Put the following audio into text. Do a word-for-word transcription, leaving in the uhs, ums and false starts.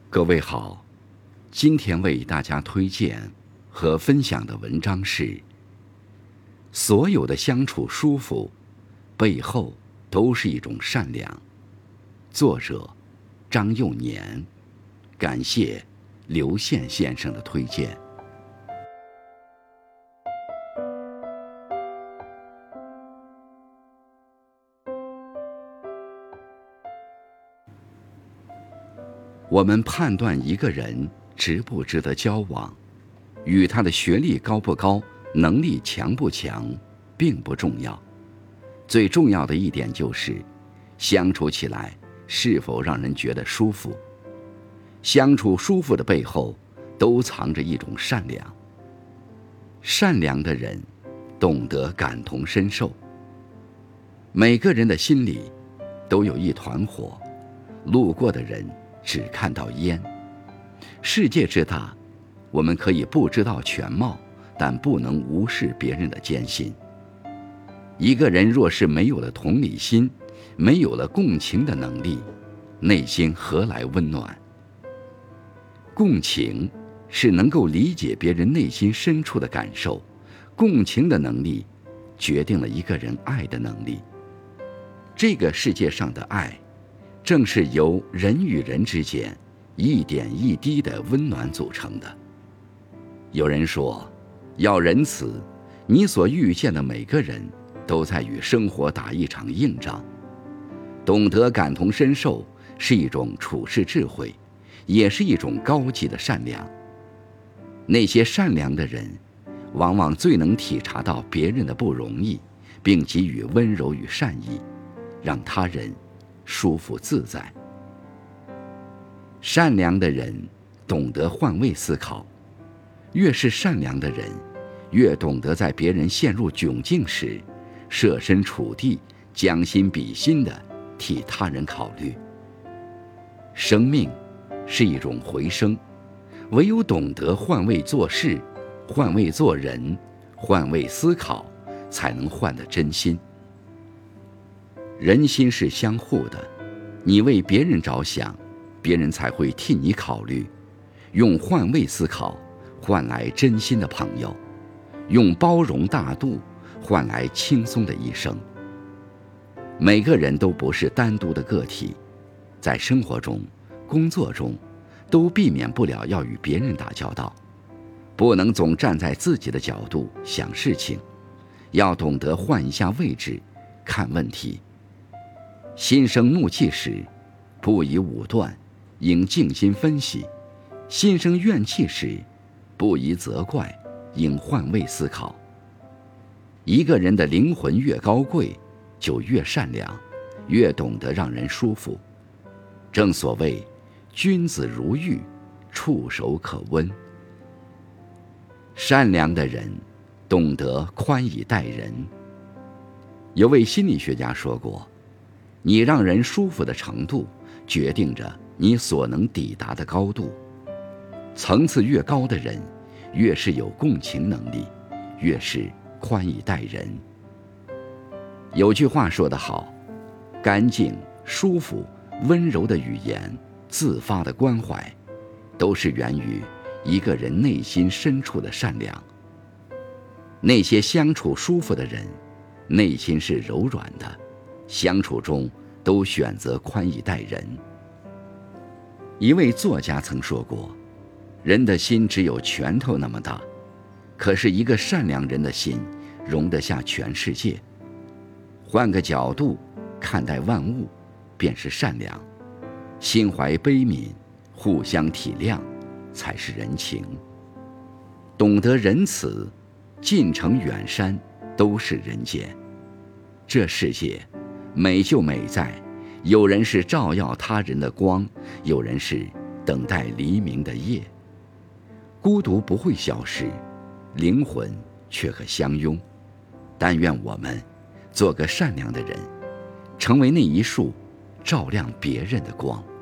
各位好，今天为大家推荐和分享的文章是：所有的相处舒服，背后都是一种善良。作者张幼年，感谢刘宪先生的推荐。我们判断一个人值不值得交往，与他的学历高不高、能力强不强并不重要。最重要的一点就是相处起来是否让人觉得舒服。相处舒服的背后都藏着一种善良。善良的人懂得感同身受。每个人的心里都有一团火，路过的人只看到烟。世界之大，我们可以不知道全貌，但不能无视别人的艰辛。一个人若是没有了同理心，没有了共情的能力，内心何来温暖？共情是能够理解别人内心深处的感受，共情的能力决定了一个人爱的能力。这个世界上的爱，正是由人与人之间一点一滴的温暖组成的。有人说，要仁慈，你所遇见的每个人都在与生活打一场硬仗。懂得感同身受是一种处世智慧，也是一种高级的善良。那些善良的人，往往最能体察到别人的不容易，并给予温柔与善意，让他人舒服自在。善良的人懂得换位思考，越是善良的人，越懂得在别人陷入窘境时，设身处地、将心比心地替他人考虑。生命是一种回声，唯有懂得换位做事、换位做人、换位思考，才能换得真心。人心是相互的，你为别人着想，别人才会替你考虑。用换位思考换来真心的朋友，用包容大度换来轻松的一生。每个人都不是单独的个体，在生活中、工作中，都避免不了要与别人打交道。不能总站在自己的角度想事情，要懂得换一下位置看问题。心生怒气时，不宜武断，应静心分析；心生怨气时，不宜责怪，应换位思考。一个人的灵魂越高贵，就越善良，越懂得让人舒服。正所谓君子如玉，触手可温。善良的人懂得宽以待人。有位心理学家说过，你让人舒服的程度决定着你所能抵达的高度。层次越高的人，越是有共情能力，越是宽以待人。有句话说得好，干净、舒服、温柔的语言，自发的关怀，都是源于一个人内心深处的善良。那些相处舒服的人，内心是柔软的，相处中都选择宽以待人。一位作家曾说过，人的心只有拳头那么大，可是一个善良人的心容得下全世界。换个角度看待万物，便是善良。心怀悲悯，互相体谅，才是人情。懂得仁慈，近城远山都是人间。这世界美就美在，有人是照耀他人的光，有人是等待黎明的夜。孤独不会消失，灵魂却可相拥。但愿我们做个善良的人，成为那一束照亮别人的光。